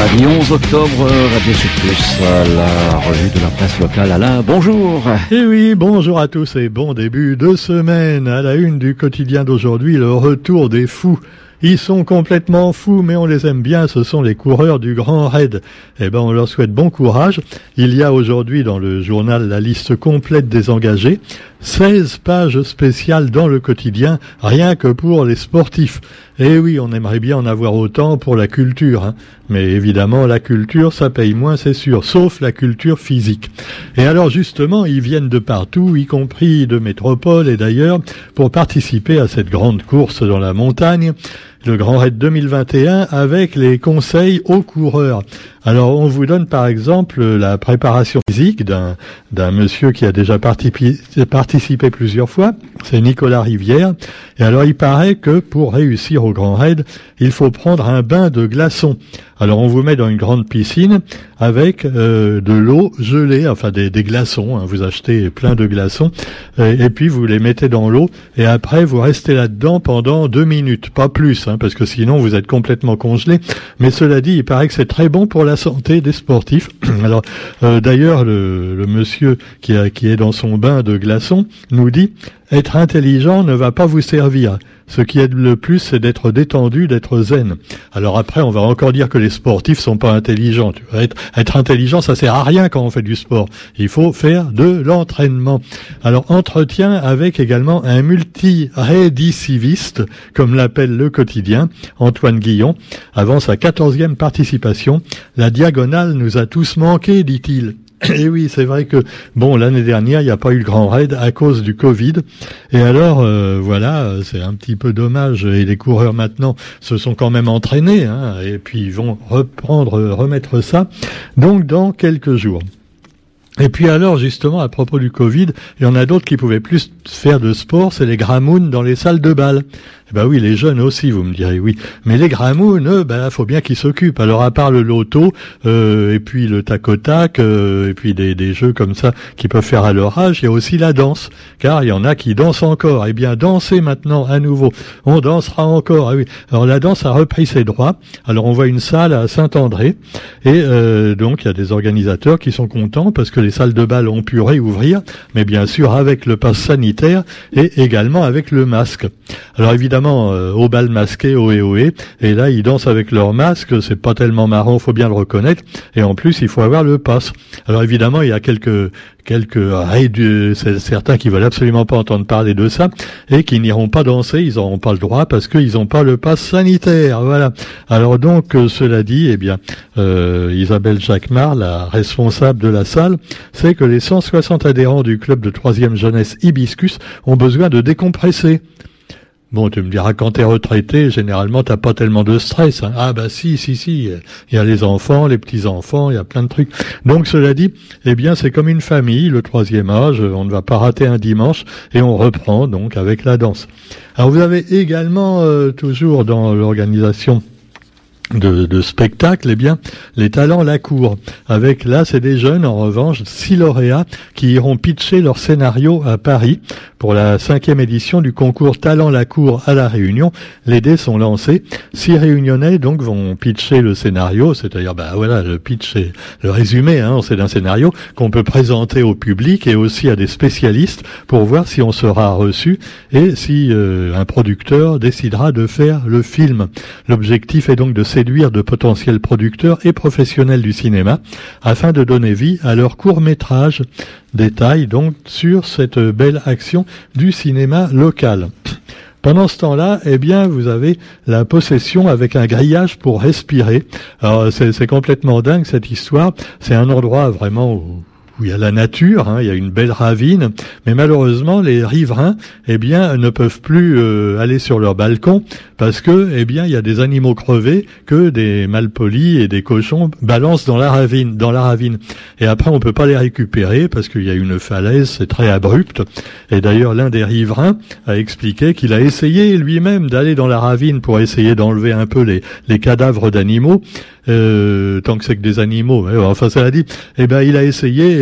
Mardi 11 octobre, Radio Sud Plus, la revue de la presse locale. Alain, bonjour. Eh oui, bonjour à tous et bon début de semaine. À la une du quotidien d'aujourd'hui, le retour des fous. Ils sont complètement fous, mais on les aime bien, ce sont les coureurs du Grand Raid. Eh ben, on leur souhaite bon courage. Il y a aujourd'hui dans le journal la liste complète des engagés. 16 pages spéciales dans le quotidien, rien que pour les sportifs. Eh oui, on aimerait bien en avoir autant pour la culture, hein. Mais évidemment, la culture, ça paye moins, c'est sûr, sauf la culture physique. Et alors justement, ils viennent de partout, y compris de métropole et d'ailleurs, pour participer à cette grande course dans la montagne, le Grand Raid 2021, avec les conseils aux coureurs. Alors, on vous donne par exemple la préparation physique d'un monsieur qui a déjà participé plusieurs fois, c'est Nicolas Rivière. Et alors, il paraît que pour réussir au Grand Raid, il faut prendre un bain de glaçons. Alors, on vous met dans une grande piscine avec de l'eau gelée, enfin des glaçons, hein. Vous achetez plein de glaçons et puis vous les mettez dans l'eau et après vous restez là-dedans pendant 2 minutes, pas plus, hein, parce que sinon vous êtes complètement congelé. Mais cela dit, il paraît que c'est très bon pour la santé des sportifs. Alors, d'ailleurs, le monsieur qui est dans son bain de glaçons nous dit: être intelligent ne va pas vous servir. Ce qui aide le plus, c'est d'être détendu, d'être zen. Alors après, on va encore dire que les sportifs sont pas intelligents. Tu vois, être intelligent, ça sert à rien quand on fait du sport. Il faut faire de l'entraînement. Alors, entretien avec également un multi-récidiviste, comme l'appelle le quotidien, Antoine Guillon, avant sa 14e participation. La diagonale nous a tous manqué, dit-il. Et oui, c'est vrai que, bon, l'année dernière, il n'y a pas eu le Grand Raid à cause du Covid. Et alors, voilà, c'est un petit peu dommage. Et les coureurs, maintenant, se sont quand même entraînés, hein, et puis ils vont remettre ça, donc, dans quelques jours. Et puis alors, justement, à propos du Covid, il y en a d'autres qui pouvaient plus faire de sport, c'est les gramounes dans les salles de bal. Eh ben oui, les jeunes aussi, vous me direz, oui. Mais les gramounes, faut bien qu'ils s'occupent. Alors, à part le loto, et puis le tac-au-tac, et puis des jeux comme ça qui peuvent faire à leur âge, il y a aussi la danse. Car il y en a qui dansent encore. Eh bien, dansez maintenant à nouveau. On dansera encore. Ah oui. Alors, la danse a repris ses droits. Alors, on voit une salle à Saint-André. Et, donc, il y a des organisateurs qui sont contents parce que les salles de bal ont pu réouvrir, mais bien sûr avec le pass sanitaire et également avec le masque. Alors évidemment, au bal masqué, ohé, et là ils dansent avec leur masque, c'est pas tellement marrant, faut bien le reconnaître, et en plus il faut avoir le pass. Alors évidemment, il y a quelques certains qui veulent absolument pas entendre parler de ça et qui n'iront pas danser, ils n'auront pas le droit parce qu'ils n'ont pas le pass sanitaire. Voilà. Alors donc, cela dit, eh bien, Isabelle Jacquemart, la responsable de la salle, sait que les 160 adhérents du club de 3e jeunesse Hibiscus ont besoin de décompresser. Bon, tu me diras, quand t'es retraité, généralement, t'as pas tellement de stress, hein. Ah, bah, si. Il y a les enfants, les petits-enfants, il y a plein de trucs. Donc, cela dit, eh bien, c'est comme une famille, le 3e âge, on ne va pas rater un dimanche, et on reprend, donc, avec la danse. Alors, vous avez également, toujours dans l'organisation de spectacle, eh bien, les talents la cour. Avec là, c'est des jeunes, en revanche, 6 lauréats qui iront pitcher leur scénario à Paris pour la 5e édition du concours Talent la cour à La Réunion. Les dés sont lancés. 6 Réunionnais, donc, vont pitcher le scénario, c'est-à-dire, voilà, le pitch et le résumé, hein, c'est d'un scénario qu'on peut présenter au public et aussi à des spécialistes pour voir si on sera reçu et si un producteur décidera de faire le film. L'objectif est donc de séduire de potentiels producteurs et professionnels du cinéma afin de donner vie à leur court-métrage. Détail donc sur cette belle action du cinéma local. Pendant ce temps-là, eh bien, vous avez la possession avec un grillage pour respirer. Alors, c'est complètement dingue cette histoire. C'est un endroit vraiment où il y a la nature, hein, il y a une belle ravine, mais malheureusement les riverains, eh bien, ne peuvent plus aller sur leur balcon parce que, eh bien, il y a des animaux crevés que des malpolis et des cochons balancent dans la ravine. Et après, on peut pas les récupérer parce qu'il y a une falaise, c'est très abrupt. Et d'ailleurs, l'un des riverains a expliqué qu'il a essayé lui-même d'aller dans la ravine pour essayer d'enlever un peu les cadavres d'animaux. Tant que c'est que des animaux, enfin ça l'a dit, eh ben il a essayé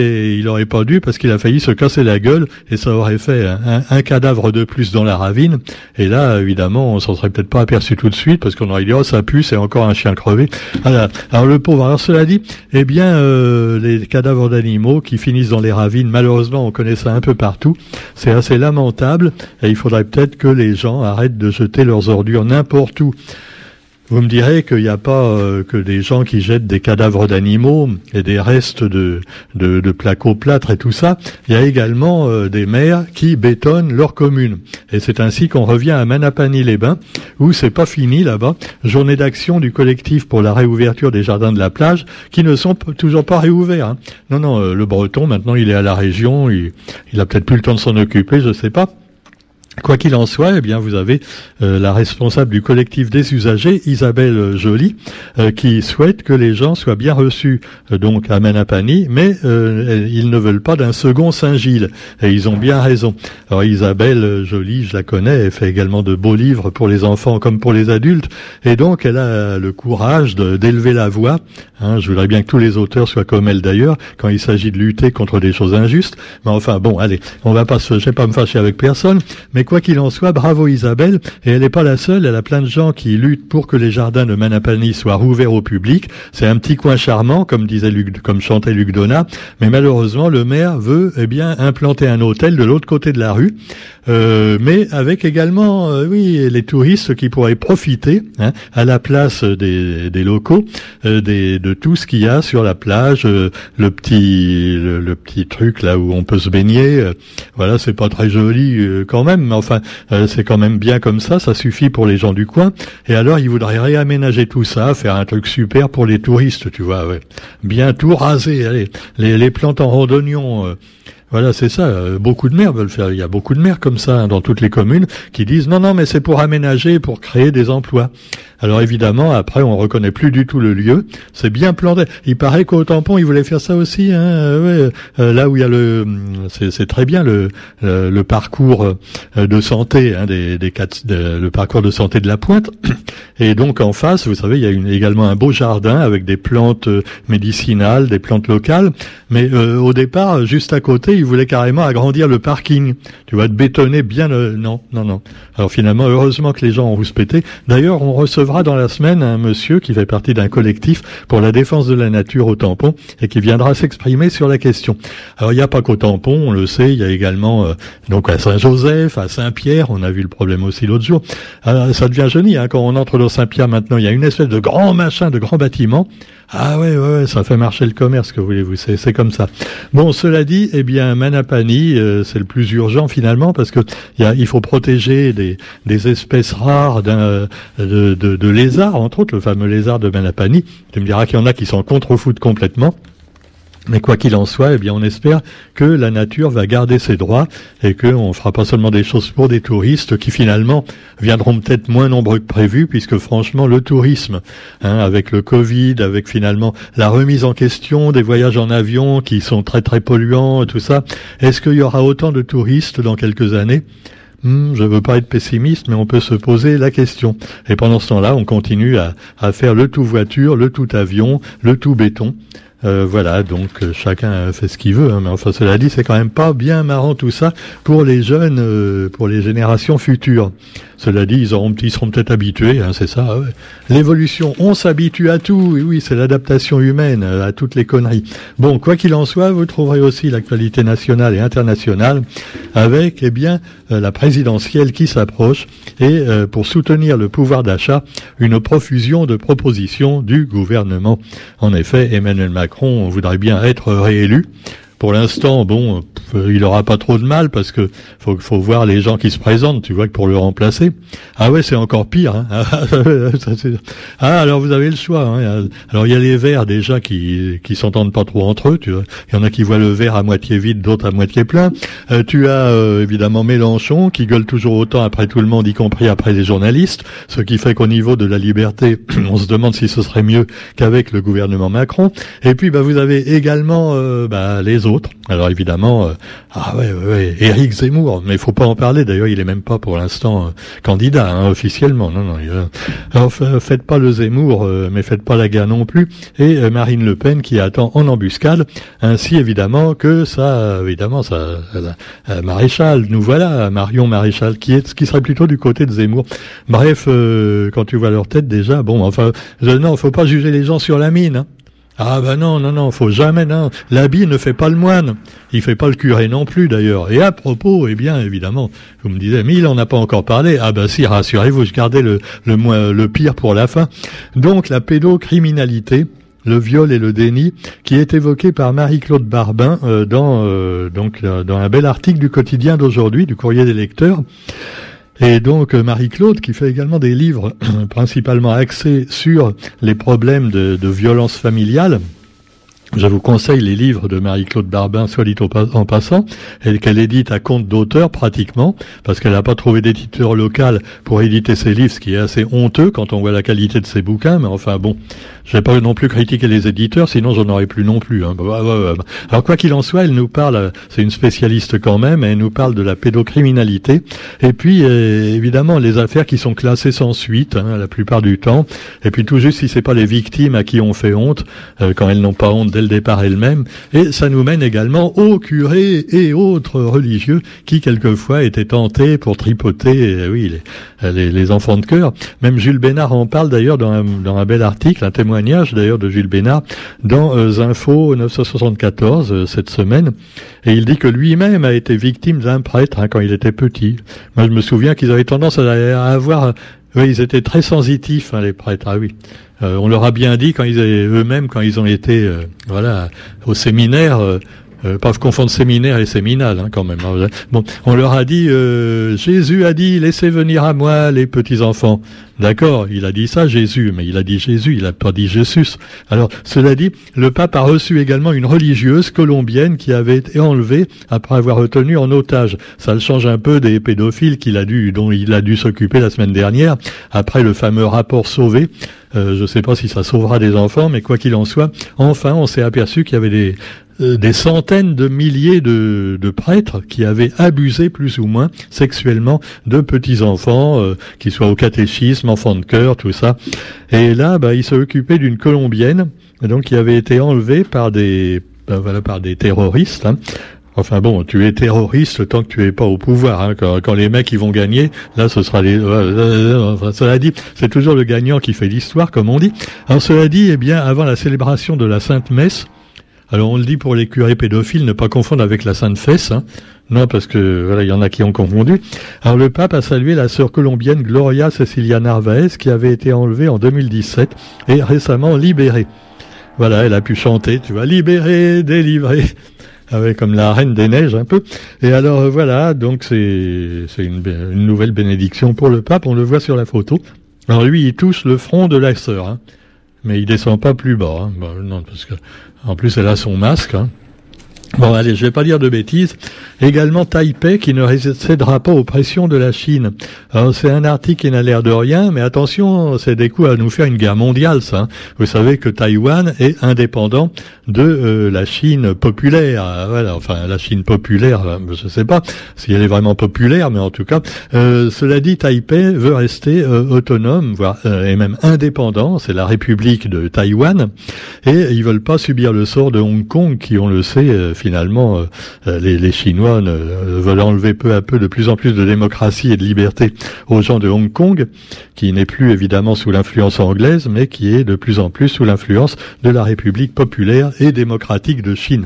et il aurait pas dû parce qu'il a failli se casser la gueule et ça aurait fait un cadavre de plus dans la ravine. Et là, évidemment, on s'en serait peut-être pas aperçu tout de suite parce qu'on aurait dit oh ça pue, c'est encore un chien crevé. Voilà. Alors le pauvre. Alors cela dit, eh bien, les cadavres d'animaux qui finissent dans les ravines, malheureusement, on connaît ça un peu partout. C'est assez lamentable et il faudrait peut-être que les gens arrêtent de jeter leurs ordures n'importe où. Vous me direz qu'il n'y a pas que des gens qui jettent des cadavres d'animaux et des restes de plaques au plâtre et tout ça. Il y a également des maires qui bétonnent leur commune. Et c'est ainsi qu'on revient à Manapany-les-Bains, où c'est pas fini là-bas. Journée d'action du collectif pour la réouverture des jardins de la plage, qui ne sont toujours pas réouverts. Hein. Non, le Breton, maintenant, il est à la région. Il a peut-être plus le temps de s'en occuper, je sais pas. Quoi qu'il en soit, eh bien, vous avez la responsable du collectif des usagers, Isabelle Joly, qui souhaite que les gens soient bien reçus donc à Manapany, mais ils ne veulent pas d'un second Saint-Gilles. Et ils ont bien raison. Alors Isabelle Joly, je la connais, elle fait également de beaux livres pour les enfants comme pour les adultes, et donc elle a le courage d'élever la voix. Hein, je voudrais bien que tous les auteurs soient comme elle d'ailleurs, quand il s'agit de lutter contre des choses injustes. Mais enfin, bon, allez, je vais pas me fâcher avec personne, mais quoi qu'il en soit, bravo Isabelle, et elle n'est pas la seule, elle a plein de gens qui luttent pour que les jardins de Manapany soient rouverts au public. C'est un petit coin charmant, comme chantait Luc Donat, mais malheureusement le maire veut implanter un hôtel de l'autre côté de la rue, mais avec également les touristes qui pourraient profiter à la place des locaux de tout ce qu'il y a sur la plage, le petit truc là où on peut se baigner. Voilà, c'est pas très joli quand même, mais enfin c'est quand même bien comme ça suffit pour les gens du coin. Et alors ils voudraient réaménager tout ça, faire un truc super pour les touristes, tu vois, bien tout raser, allez, les plantes en rhodonion. Voilà, c'est ça. Beaucoup de maires veulent faire. Il y a beaucoup de maires comme ça dans toutes les communes qui disent non, mais c'est pour aménager, pour créer des emplois. Alors évidemment, après, on reconnaît plus du tout le lieu. C'est bien planté. Il paraît qu'au Tampon, ils voulaient faire ça aussi. Là où il y a c'est très bien le parcours de santé, le parcours de santé de la Pointe. Et donc en face, vous savez, il y a également un beau jardin avec des plantes médicinales, des plantes locales. Mais au départ, juste à côté, ils voulaient carrément agrandir le parking. Tu vois, de bétonner bien non. Alors finalement, heureusement que les gens ont rouspété. D'ailleurs, on recevra dans la semaine un monsieur qui fait partie d'un collectif pour la défense de la nature au Tampon et qui viendra s'exprimer sur la question. Alors il n'y a pas qu'au Tampon, on le sait, il y a également donc à Saint-Joseph, à Saint-Pierre, on a vu le problème aussi l'autre jour. Alors, ça devient joli quand on entre dans Saint-Pierre maintenant, il y a une espèce de grand bâtiment. Ah ouais, ça fait marcher le commerce, que voulez-vous, c'est comme ça. Bon, cela dit, Manapany, c'est le plus urgent finalement parce que il faut protéger des espèces rares de lézards, entre autres le fameux lézard de Manapany. Tu me diras qu'il y en a qui s'en contrefoutent complètement. Mais quoi qu'il en soit, on espère que la nature va garder ses droits et qu'on fera pas seulement des choses pour des touristes qui finalement viendront peut-être moins nombreux que prévu, puisque franchement le tourisme, avec le Covid, avec finalement la remise en question des voyages en avion qui sont très très polluants, tout ça, est-ce qu'il y aura autant de touristes dans quelques années ? Je veux pas être pessimiste, mais on peut se poser la question. Et pendant ce temps-là, on continue à faire le tout voiture, le tout avion, le tout béton. Voilà, donc chacun fait ce qu'il veut, mais enfin cela dit, c'est quand même pas bien marrant tout ça pour les jeunes, pour les générations futures. Cela dit, ils seront peut-être habitués, c'est ça. Ouais. L'évolution, on s'habitue à tout. Oui, c'est l'adaptation humaine à toutes les conneries. Bon, quoi qu'il en soit, vous trouverez aussi l'actualité nationale et internationale avec, la présidentielle qui s'approche et pour soutenir le pouvoir d'achat, une profusion de propositions du gouvernement. En effet, Emmanuel Macron voudrait bien être réélu. Pour l'instant, il aura pas trop de mal parce que faut voir les gens qui se présentent, tu vois, que pour le remplacer. Ah ouais, c'est encore pire. Alors vous avez le choix. Alors il y a les Verts déjà qui s'entendent pas trop entre eux, tu vois. Il y en a qui voient le verre à moitié vide, d'autres à moitié plein. Tu as évidemment Mélenchon qui gueule toujours autant après tout le monde, y compris après les journalistes. Ce qui fait qu'au niveau de la liberté, on se demande si ce serait mieux qu'avec le gouvernement Macron. Et puis vous avez également les autres. Alors évidemment, ouais, Éric Zemmour, mais il faut pas en parler. D'ailleurs, il est même pas pour l'instant candidat officiellement. Non. Alors faites pas le Zemmour, mais faites pas la guerre non plus. Et Marine Le Pen qui attend en embuscade, ainsi évidemment que Maréchal. Nous voilà, Marion Maréchal, qui serait plutôt du côté de Zemmour. Bref, quand tu vois leur tête déjà, non, faut pas juger les gens sur la mine. Hein. Ah non, faut jamais, non. L'habit ne fait pas le moine. Il fait pas le curé non plus, d'ailleurs. Et à propos, bien évidemment, vous me disiez, mais il en a pas encore parlé. Ah si, rassurez-vous, je gardais le pire pour la fin. Donc, la pédocriminalité, le viol et le déni, qui est évoqué par Marie-Claude Barbin, dans un bel article du quotidien d'aujourd'hui, du Courrier des lecteurs. Et donc Marie-Claude, qui fait également des livres principalement axés sur les problèmes de violence familiale. Je vous conseille les livres de Marie-Claude Barbin, soit dit en passant, et qu'elle édite à compte d'auteur pratiquement, parce qu'elle n'a pas trouvé d'éditeur local pour éditer ses livres, ce qui est assez honteux quand on voit la qualité de ses bouquins, mais enfin bon, je vais pas non plus critiquer les éditeurs, sinon j'en aurais plus non plus. Hein. Alors quoi qu'il en soit, elle nous parle, c'est une spécialiste quand même, elle nous parle de la pédocriminalité, et puis évidemment les affaires qui sont classées sans suite, la plupart du temps, et puis tout juste si c'est pas les victimes à qui on fait honte, quand elles n'ont pas honte dès le départ elles-mêmes, et ça nous mène également aux curés et autres religieux qui quelquefois étaient tentés pour tripoter, les enfants de cœur. Même Jules Bénard en parle d'ailleurs dans un bel article, un témoignage d'ailleurs de Jules Bénard dans Info 974 cette semaine, et il dit que lui-même a été victime d'un prêtre quand il était petit. Moi je me souviens qu'ils avaient tendance à avoir... Oui, ils étaient très sensitifs, les prêtres. Ah oui. On leur a bien dit quand ils ont été, au séminaire, pas confondre séminaire et séminal, quand même. Bon, on leur a dit, Jésus a dit, laissez venir à moi les petits enfants. D'accord, il a dit ça, Jésus, mais il a dit Jésus, il a pas dit Jésus. Alors, cela dit, le pape a reçu également une religieuse colombienne qui avait été enlevée après avoir retenu en otage. Ça le change un peu des pédophiles dont il a dû s'occuper la semaine dernière, après le fameux rapport Sauvé. Je sais pas si ça sauvera des enfants, mais quoi qu'il en soit, enfin, on s'est aperçu qu'il y avait des centaines de milliers de prêtres qui avaient abusé plus ou moins sexuellement de petits enfants, qui soient au catéchisme, enfants de cœur, tout ça. Et là, il s'est occupé d'une Colombienne, donc qui avait été enlevée par des terroristes. Hein. Enfin bon, tu es terroriste tant que tu es pas au pouvoir. Hein. Quand les mecs ils vont gagner, là ce sera cela dit, c'est toujours le gagnant qui fait l'histoire, comme on dit. Alors cela dit, avant la célébration de la Sainte Messe, alors on le dit pour les curés pédophiles, ne pas confondre avec la Sainte Fesse, hein. Non, parce que il y en a qui ont confondu. Alors le pape a salué la sœur colombienne Gloria Cecilia Narvaez, qui avait été enlevée en 2017 et récemment libérée. Voilà, elle a pu chanter, tu vois, libérée, délivrée. Comme la Reine des Neiges un peu. Et alors donc c'est une nouvelle bénédiction pour le pape, on le voit sur la photo. Alors lui, il touche le front de la sœur, hein. Mais il descend pas plus bas. Hein. Non, parce que en plus elle a son masque. Hein. Bon, allez, je vais pas dire de bêtises. Également Taipei qui ne cédera pas aux pressions de la Chine. Alors, c'est un article qui n'a l'air de rien, mais attention, c'est des coups à nous faire une guerre mondiale, ça. Hein. Vous savez que Taïwan est indépendant de la Chine populaire. La Chine populaire, je sais pas si elle est vraiment populaire, mais en tout cas, cela dit, Taipei veut rester autonome, voire et même indépendant. C'est la République de Taïwan, et ils veulent pas subir le sort de Hong Kong, qui, on le sait, finalement, les Chinois veulent enlever peu à peu de plus en plus de démocratie et de liberté aux gens de Hong Kong, qui n'est plus évidemment sous l'influence anglaise, mais qui est de plus en plus sous l'influence de la République populaire et démocratique de Chine.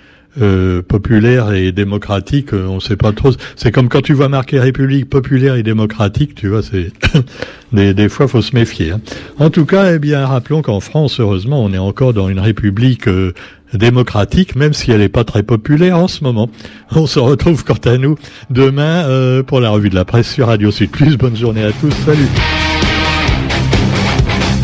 Populaire et démocratique, on sait pas trop. C'est comme quand tu vois marquer République populaire et démocratique, tu vois, c'est des fois faut se méfier. Hein. En tout cas, rappelons qu'en France, heureusement, on est encore dans une république démocratique, même si elle n'est pas très populaire en ce moment. On se retrouve quant à nous demain pour la revue de la presse sur Radio Sud Plus. Bonne journée à tous, salut.